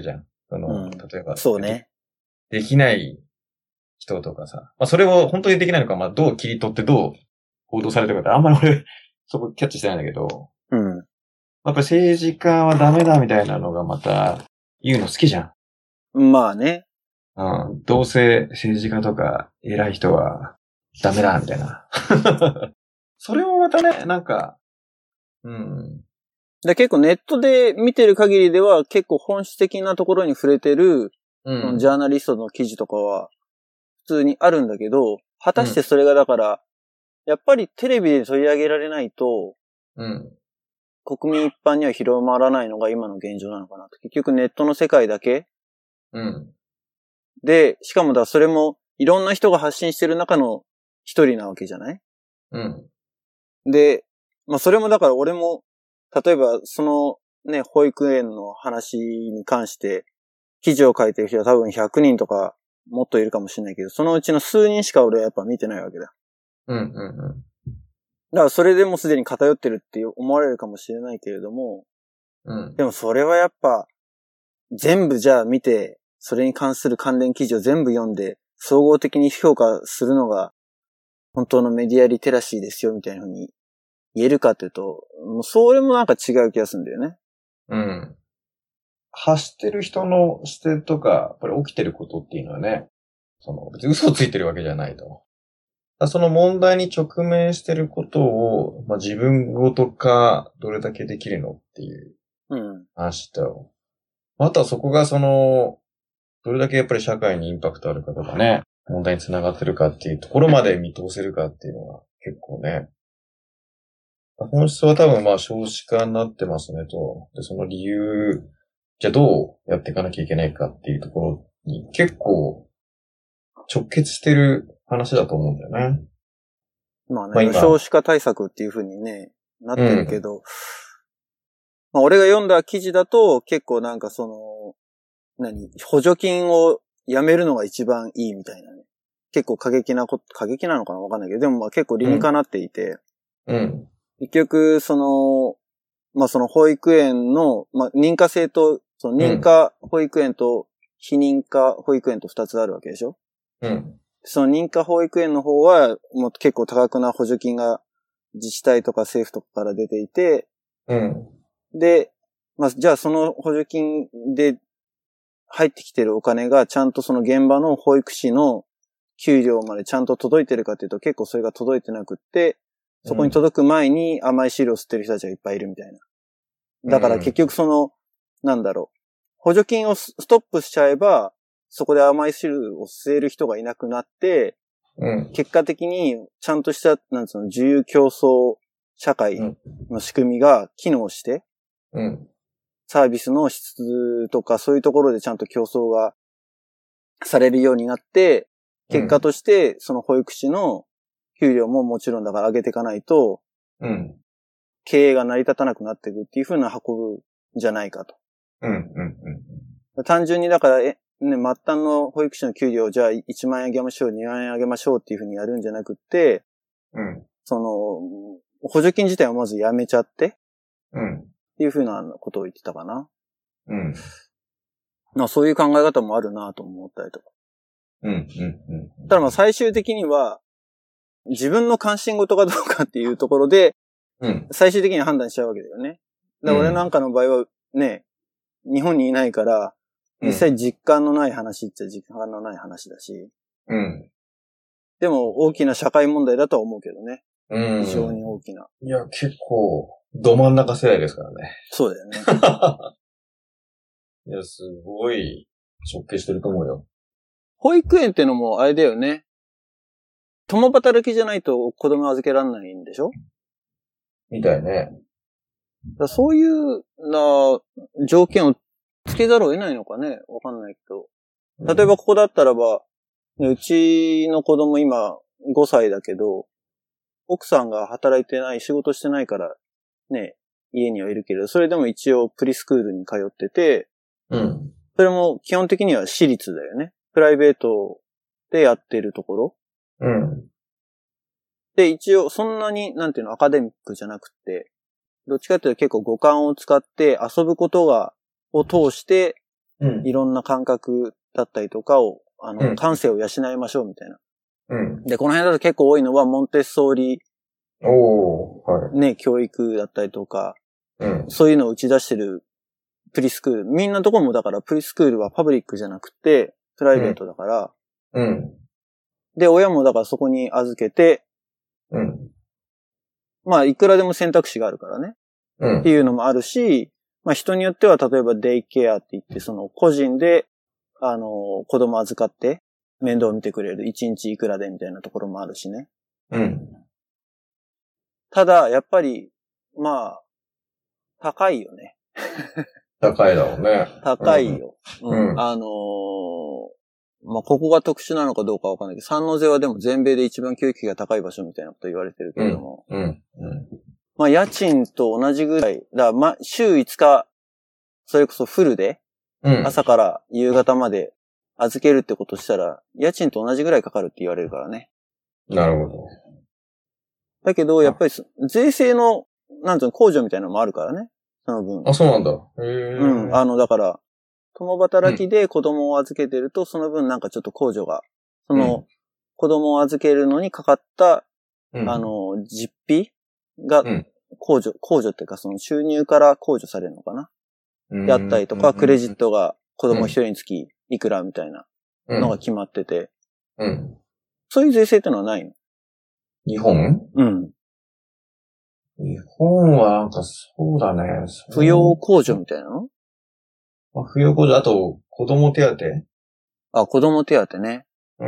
その、うん、例えば。 そうね。 できない人とかさ。まあ、それを本当にできないのか、まあ、どう切り取ってどう報道されてるかってあんまり俺、そこキャッチしてないんだけど。 うん。 やっぱ政治家はダメだみたいなのがまた言うの好きじゃん。まあね。 うん。どうせ政治家とか偉い人はダメだみたいな。それもまたね、なんか、うん。 で結構ネットで見てる限りでは結構本質的なところに触れてる、うん、ジャーナリストの記事とかは普通にあるんだけど、果たしてそれがだから、うん、やっぱりテレビで取り上げられないと、 うん、 国民一般には広まらないのが今の現状なのかなと。結局ネットの世界だけ、 うん、 で、しかもだそれもいろんな人が発信してる中の一人なわけじゃない？ うん。 で、まあそれもだから俺も例えばそのね保育園の話に関して記事を書いてる人は多分ひゃくにんとかもっといるかもしれないけど、そのうちの数人しか俺はやっぱ見てないわけだ。 うんうんうん。だからそれでもすでに偏ってるって思われるかもしれないけれども、 うん。 でもそれはやっぱ全部じゃあ見て、それに関する関連記事を全部読んで総合的に評価するのが本当のメディアリテラシーですよみたいな風に言えるかっていうと、もうそれもなんか違う気がするんだよね。 うん。発してる人の視点とか、やっぱり起きてることっていうのはね、その別に嘘をついてるわけじゃないと。その問題に直面してることを、まあ、自分ごとかどれだけできるのっていう話と、うん、あとはそこがその、どれだけやっぱり社会にインパクトあるかとかね、問題につながってるかっていうところまで見通せるかっていうのは結構ね、本質は多分まあ少子化になってますねと。で、その理由、じゃあどうやっていかなきゃいけないかっていうところに結構直結してる話だと思うんだよね。 まあね、まあ、少子化対策っていう風にね、なってるけど、うん、まあ俺が読んだ記事だと結構なんかその、何、補助金をやめるのが一番いいみたいなね。結構過激なこと、過激なのかなわかんないけど、でもまあ結構理にかなっていて、 うん。うん結局、その、まあ、その保育園の、まあ、認可制と、その認可保育園と非認可保育園と二つあるわけでしょ？ うん。 その認可保育園の方は、もう結構多額な補助金が自治体とか政府とかから出ていて、 うん。 で、まあ、じゃあその補助金で入ってきてるお金がちゃんとその現場の保育士の給料までちゃんと届いてるかっていうと結構それが届いてなくって、そこに届く前に甘い汁を吸ってる人たちがいっぱいいるみたいな。だから結局その、なんだろう。補助金をストップしちゃえば、そこで甘い汁を吸える人がいなくなって、 うん、 結果的にちゃんとした、なんつうの、自由競争社会の仕組みが機能して、 うん、 サービスの質とかそういうところでちゃんと競争がされるようになって、結果としてその保育士の給料ももちろんだから上げていかないと、 うん、 経営が成り立たなくなっていくっていう風な運ぶんじゃないかと。 うんうんうん、 単純にだから、え、ね、末端の保育士の給料をじゃあいちまん円上げましょう、にまん円上げましょうっていう風にやるんじゃなくって、 うん、 その、補助金自体をまずやめちゃって、 うん、 っていう風なことを言ってたかな。 うん。 まあそういう考え方もあるなと思ったりとか。 うん、うん、うん。 ただまあ最終的には、自分の関心事かどうかっていうところで、最終的に判断しちゃうわけだよね。だから俺なんかの場合はね、日本にいないから、実際実感のない話っちゃ実感のない話だし。 うん。 でも大きな社会問題だとは思うけどね。 うん。 非常に大きな。 いや、結構、ど真ん中世代ですからね。 そうだよね。 いや、すごい、直結してると思うよ。 保育園ってのもあれだよね。共働きじゃないと子供預けられないんでしょ？ みたいね。 だそういうな条件をつけざるを得ないのかね？わかんないけど。例えばここだったらば、うちの子供今ごさいだけど、奥さんが働いてない、仕事してないからね、家にはいるけど、それでも一応プリスクールに通ってて、 うん。 それも基本的には私立だよね。プライベートでやってるところ。 うん。 で、一応そんなに、なんていうの、アカデミックじゃなくって、どっちかっていうと結構五感を使って遊ぶことが、を通してうん、 いろんな感覚だったりとかを、あの、うん、感性を養いましょうみたいな。 うん、 で、この辺だと結構多いのは、モンテッソーリ、 おー、はい。 ね、教育だったりとか、 うん、 そういうのを打ち出してるプリスクール。みんなどこもだから、プリスクールはパブリックじゃなくて、プライベートだから、 うん。 で、親もだからそこに預けて、 うん。 まあ、いくらでも選択肢があるからね。 うん。 っていうのもあるし、まあ人によっては例えばデイケアって言って、その個人で、あの、子供預かって面倒を見てくれる。一日いくらでみたいなところもあるしね。 うん。 ただ、やっぱり、まあ、高いよね。 高いだろうね。 高いよ。 うん。 うん、あのー、まあ、ここが特殊なのかどうかわかんないけど、三ノ瀬はでも全米で一番教育費が高い場所みたいなこと言われてるけれども。 うん。うん。うん、 まあ、家賃と同じぐらい。だから、まあ、週いつか、それこそフルで、 うん、 朝から夕方まで預けるってことしたら、家賃と同じぐらいかかるって言われるからね。 なるほど。 だけど、やっぱり、税制の、なんていうの、控除みたいなのもあるからね。その分。 あ、そうなんだ。へーうん。あの、だから、共働きで子供を預けてると、その分なんかちょっと控除が、その、うん、子供を預けるのにかかった、うん、あの、実費が、控除、控除っていうか、その収入から控除されるのかな。であったりとか、クレジットが子供一人につきいくらみたいなのが決まってて。 うん。 そういう税制ってのはないの？ 日本？ うん。 日本はなんかそうだね。 扶養控除みたいなの？ あ、扶養控除、あと子供手当？ あ、子供手当ね。 うん。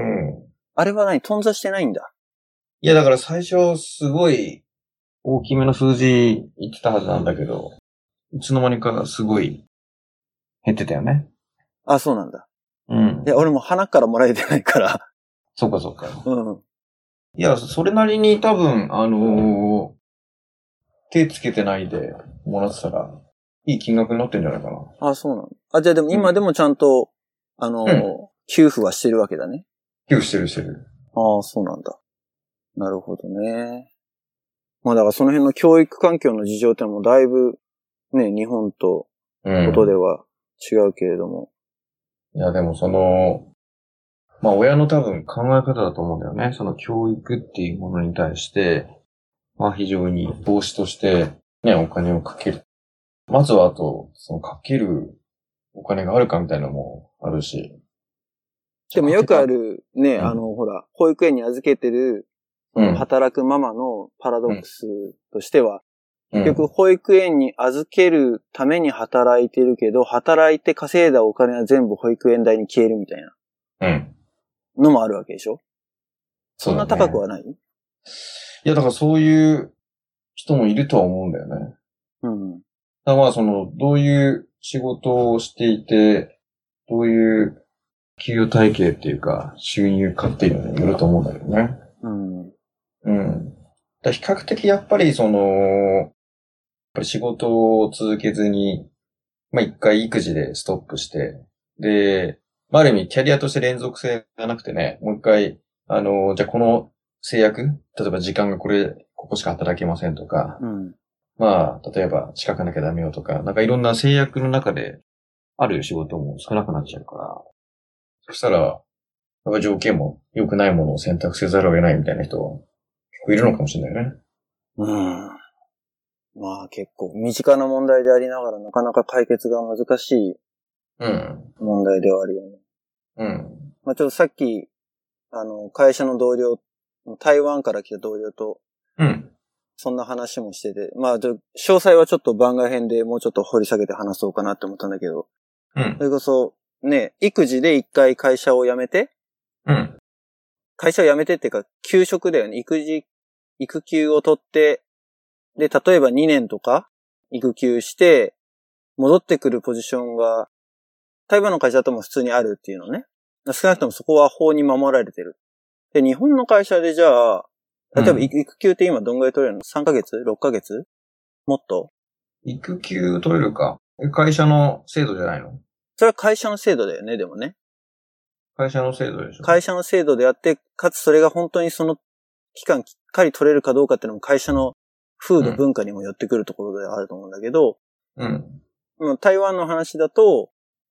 あれは何？頓挫してないんだ。 いやだから最初すごい大きめの数字言ってたはずなんだけど、いつの間にかすごい減ってたよね。 あ、そうなんだ。 うん。 いや、俺も鼻からもらえてないから。 そうかそうか。 うん。 いや、それなりに多分、あのー、手つけてないでもらってたら、いい金額になってんじゃないかな。 あ、そうなの。あ、じゃあでも今でもちゃんと、うん、あのー、うん、給付はしてるわけだね。 給付してるしてる。 ああ、そうなんだ。なるほどね。まあだからその辺の教育環境の事情ってのもだいぶ、ね、日本と、ことでは違うけれども。 うん、いや、でもその、まあ親の多分考え方だと思うんだよね。その教育っていうものに対して、まあ非常に投資としてね、お金をかける。まずはあと、そのかけるお金があるかみたいなのもあるし。 でもよくあるね、うん、あの、ほら、保育園に預けてる、うん、働くママのパラドックスとしては、結局、保育園に預けるために働いてるけど、働いて稼いだお金は全部保育園代に消えるみたいな。 うん。 のもあるわけでしょ？そんな高くはない？ いや、だからそういう人もいるとは思うんだよね。 うん。 だからまあ、その、どういう仕事をしていて、どういう給与体系っていうか、収入かっていうのによると思うんだけどね。 うん。 うん。だ比較的やっぱりその、やっぱり仕事を続けずに、まあ一回育児でストップして、で、まあある意味キャリアとして連続性がなくてね、もう一回、あの、じゃあこの制約、例えば時間がこれ、ここしか働けませんとか、 うん、 まあ、例えば近くなきゃダメよとか、なんかいろんな制約の中で、ある仕事も少なくなっちゃうから、そしたら、やっぱ条件も良くないものを選択せざるを得ないみたいな人は、結構いるのかもしれないよね。 うん。まあ結構身近な問題でありながらなかなか解決が難しい問題ではあるよね。 うん。 まあちょっとさっき、あの、会社の同僚、台湾から来た同僚と、 うん。 そんな話もしてて、まあ、詳細はちょっと番外編でもうちょっと掘り下げて話そうかなって思ったんだけど、 うん。 それこそ、ね、育児で一回会社を辞めて、 うん。 会社を辞めてっていうか、休職だよね。育児、育休を取って、で、例えばにねんとか、育休して、戻ってくるポジションが、台湾の会社だとも普通にあるっていうのね。少なくともそこは法に守られてる。で、日本の会社でじゃあ、例えば育休って今どんぐらい取れるの？ さん ヶ月 ?ろっ ヶ月もっと育休取れるか。会社の制度じゃないの？ それは会社の制度だよね、でもね。 会社の制度でしょ？ 会社の制度であって、かつそれが本当にその期間きっかり取れるかどうかっていうのも会社の風土文化にもよってくるところであると思うんだけど、 うん。 台湾の話だと、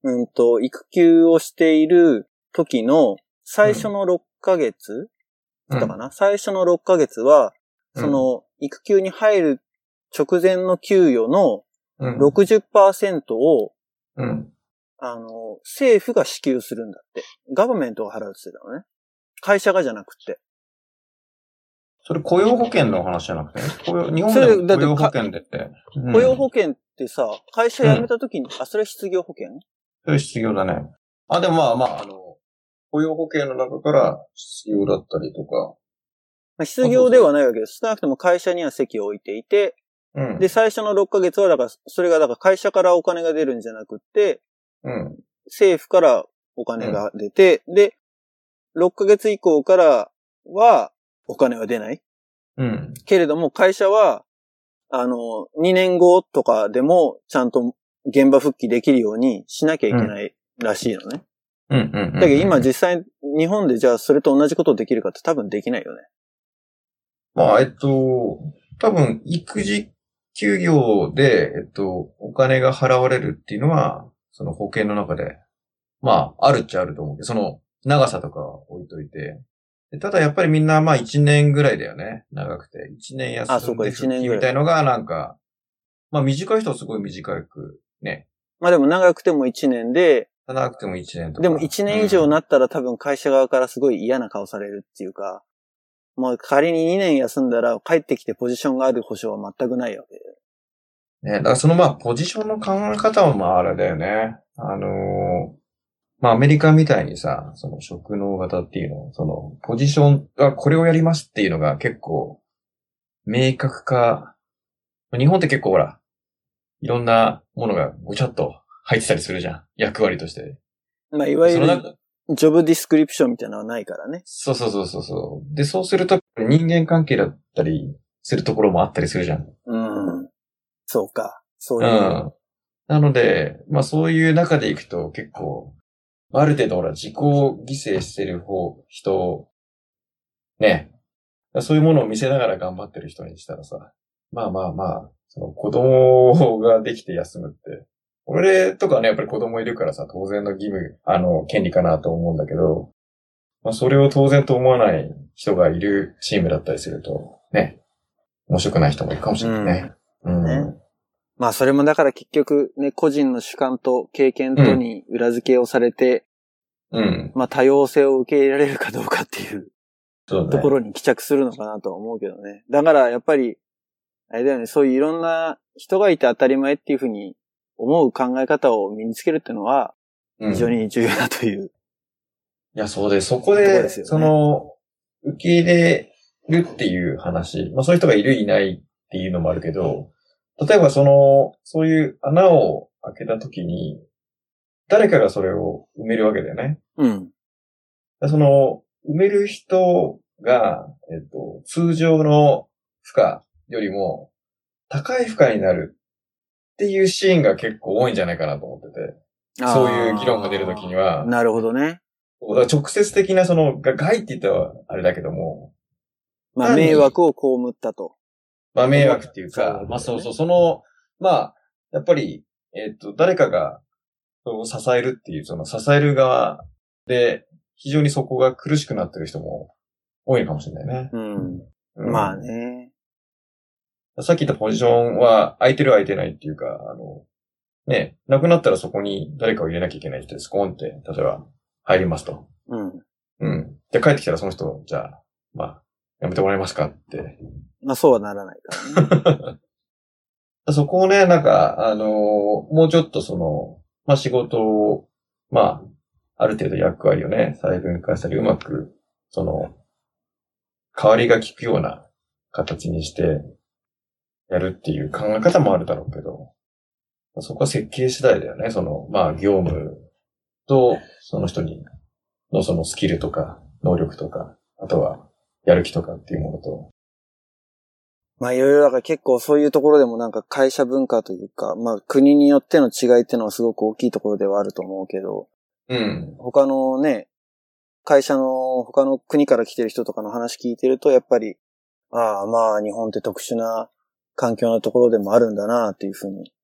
うんと、育休をしている時の最初のろっかげつだったかな、うん、最初のろっかげつは、その、育休に入る直前の給与の ろくじゅっパーセント を、 うん、 あの、政府が支給するんだって。ガバメントが払うって言ってたのね。会社がじゃなくて。 それ雇用保険の話じゃなくて、ね、雇用日本でも雇用保険でって、 うん。雇用保険ってさ、会社辞めた時に、うん、あ、それは失業保険？ それ失業だね。あ、でもまあまあ、あの、雇用保険の中から失業だったりとか。 まあ、失業ではないわけです。少なくとも会社には籍を置いていて、うん、で、最初のろっかげつは、だから、それがだから会社からお金が出るんじゃなくって、うん、政府からお金が出て、うん、で、ろっかげつ以降からはお金は出ない。 うん。 けれども会社は、あの、にねんごとかでもちゃんと現場復帰できるようにしなきゃいけないらしいのね。 うんうんうんうん、 だけど今実際日本でじゃあそれと同じことできるかって多分できないよね。 まあ、えっと、多分育児休業で、えっと、お金が払われるっていうのは、その保険の中で、まあ、あるっちゃあると思うけど、その長さとか置いといて。ただやっぱりみんなまあ一年ぐらいだよね。長くて。一年休んで復帰みたいのがなんか、まあ短い人はすごい短くね。 まあでも長くても一年で、 長くても一年とか。 でも一年以上になったら多分会社側からすごい嫌な顔されるっていうか、もう仮ににねん休んだら帰ってきてポジションがある保証は全くないわけで。ね、だからそのまあポジションの考え方はまああれだよね。あのー、まあアメリカみたいにさ、その職能型っていうの、そのポジションがこれをやりますっていうのが結構明確化。日本って結構ほら、いろんなものがごちゃっと入ってたりするじゃん。役割として。 まあいわゆるジョブディスクリプションみたいなのはないからね。 そうそうそうそうそう。で、そうすると人間関係だったりするところもあったりするじゃん。 うん。そうか。そういう。 うん。なので、まあそういう中でいくと結構、ある程度ほら自己犠牲してる方、人、ね。そういうものを見せながら頑張ってる人にしたらさ、まあまあまあ、その子供ができて休むって、俺とかね、やっぱり子供いるからさ、当然の義務、あの、権利かなと思うんだけど、まあそれを当然と思わない人がいるチームだったりすると、ね、面白くない人もいるかもしれないね。うん。うんね、 まあそれもだから結局ね、個人の主観と経験とに裏付けをされて、 うん。 まあ多様性を受け入れられるかどうかっていう、 そうね、 ところに帰着するのかなとは思うけどね。だからやっぱり、あれだよね、そういういろんな人がいて当たり前っていうふうに思う考え方を身につけるっていうのは、非常に重要だという。うん、いや、そうで、そこで、ね、その、受け入れるっていう話、まあそういう人がいるいないっていうのもあるけど、例えばその、そういう穴を開けたときに、誰かがそれを埋めるわけだよね。 うん。 その、埋める人が、えっと、通常の負荷よりも高い負荷になるっていうシーンが結構多いんじゃないかなと思ってて。そういう議論が出るときには。 なるほどね。 直接的なその、害って言ったらあれだけども。 まあ、迷惑を被ったと。 まあ、迷惑っていうか、ね、まあそうそう、その、まあ、やっぱり、えっと、誰かが、支えるっていう、その支える側で、非常にそこが苦しくなってる人も多いかもしれないね。 うん。うん、まあね。 さっき言ったポジションは空いてる空いてないっていうか、あの、ね、なくなったらそこに誰かを入れなきゃいけない人でスコーンって、例えば入りますと。 うん。 うん。で、帰ってきたらその人、じゃあ、まあ、やめてもらえますかって。 まあそうはならないからね。 そこをね、なんか、あのー、もうちょっとその、まあ仕事を、まあ、ある程度役割をね、細分化したり、うまく、その、代わりが効くような形にして、やるっていう考え方もあるだろうけど、そこは設計次第だよね。その、まあ、業務と、その人に、のそのスキルとか、能力とか、あとは、やる気とかっていうものと。 まあ、いろいろだから結構そういうところでもなんか会社文化というか、まあ、国によっての違いっていうのはすごく大きいところではあると思うけど、 うん。 他のね、会社の他の国から来てる人とかの話聞いてると、やっぱり、ああ、まあ、日本って特殊な環境のところでもあるんだなっていうふうに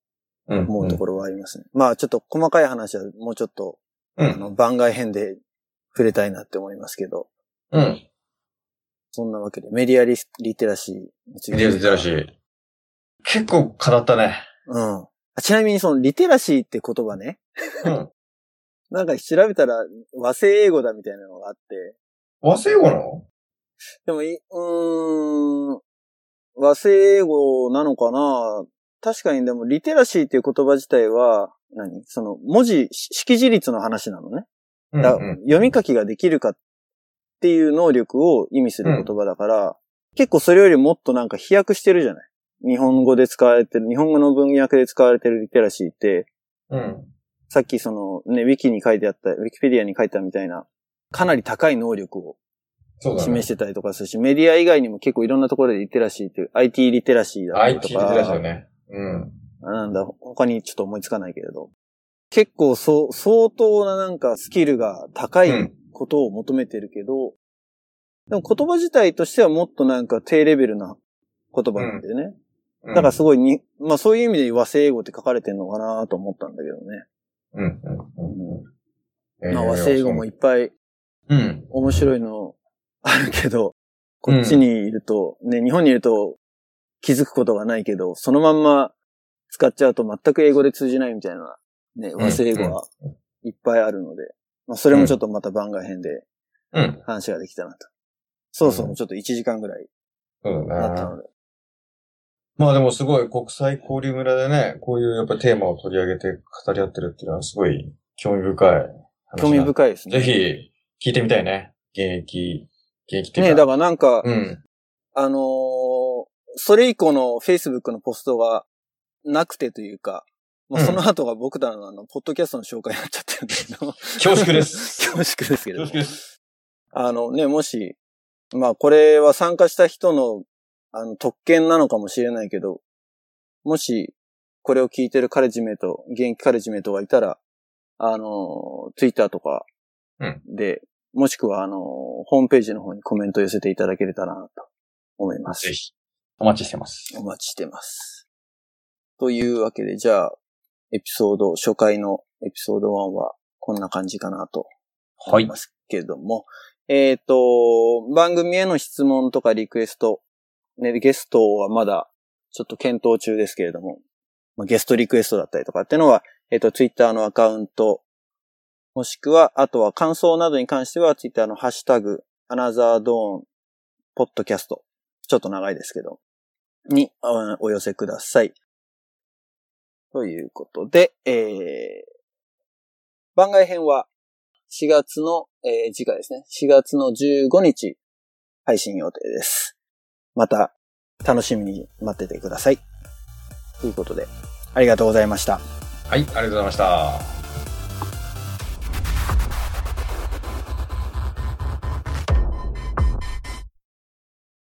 思うところはありますね。うんうん、まあちょっと細かい話はもうちょっと、うん、あの番外編で触れたいなって思いますけど。 うん。 そんなわけでメディアリ、リテラシーについて。 メディアリテラシー。結構語ったね。 うん。ちなみにそのリテラシーって言葉ね。うん。なんか調べたら和製英語だみたいなのがあって。 和製英語なの？ でもい、うーん、和製英語なのかな？確かにでもリテラシーっていう言葉自体は、何？その文字、識字率の話なのね。うんうん、だ読み書きができるかっていう能力を意味する言葉だから、うん、結構それよりもっとなんか飛躍してるじゃない？日本語で使われてる、日本語の文脈で使われてるリテラシーって、 うん、 さっきそのね、ウィキに書いてあった、ウィキペディアに書いてあったみたいな、かなり高い能力を示してたりとかするし、ね、メディア以外にも結構いろんなところでリテラシーっていう、アイティー リテラシーだったりとか。 アイティー リテラシーね。うん。 なんだ、他にちょっと思いつかないけれど。結構そう、相当ななんかスキルが高いことを求めてるけど、うん、でも言葉自体としてはもっとなんか低レベルな言葉なんだよね。うん、だからすごいに、まあそういう意味で和製英語って書かれてるのかなと思ったんだけどね。 うんうんうんうん、まあ和製英語もいっぱい面白いのあるけど、こっちにいると、ね、日本にいると気づくことがないけど、そのまんま使っちゃうと全く英語で通じないみたいな、ね、和製英語はいっぱいあるので、まあそれもちょっとまた番外編で話ができたなと。そろそろちょっといちじかんぐらいなったので。 まあでもすごい国際交流村でね、こういうやっぱテーマを取り上げて語り合ってるっていうのはすごい興味深い話。 興味深いですね。 ぜひ聞いてみたいね。現役、現役っていうか。 ね、だからなんか、 うん、 あのー、それ以降の Facebook のポストがなくてというか、まあ、その後が僕らのあの、ポッドキャストの紹介になっちゃってるんだけど。 恐縮です。 恐縮ですけど。 恐縮です。 あのね、もし、まあこれは参加した人のあの、特権なのかもしれないけど、もし、これを聞いてるカレッジメイト、現役カレッジメイトがいたら、あの、ツイッターとかで、うん、もしくは、あの、ホームページの方にコメント寄せていただけれたらなと思います。 ぜひ、お待ちしてます。 お待ちしてます。というわけで、じゃあ、エピソード、初回のエピソードワンはこんな感じかなと思いますけれども、はい、えっと、番組への質問とかリクエスト、ね、ゲストはまだちょっと検討中ですけれども、まあ、ゲストリクエストだったりとかっていうのは、えっと、ツイッターのアカウント、もしくは、あとは感想などに関しては、ツイッターのハッシュタグ、アナザードーン、ポッドキャスト、ちょっと長いですけど、にお寄せください。ということで、えー、番外編はしがつの、えー、次回ですね、しがつのじゅうごにち配信予定です。また楽しみに待っててください。ということで、ありがとうございました。 はい、ありがとうございました。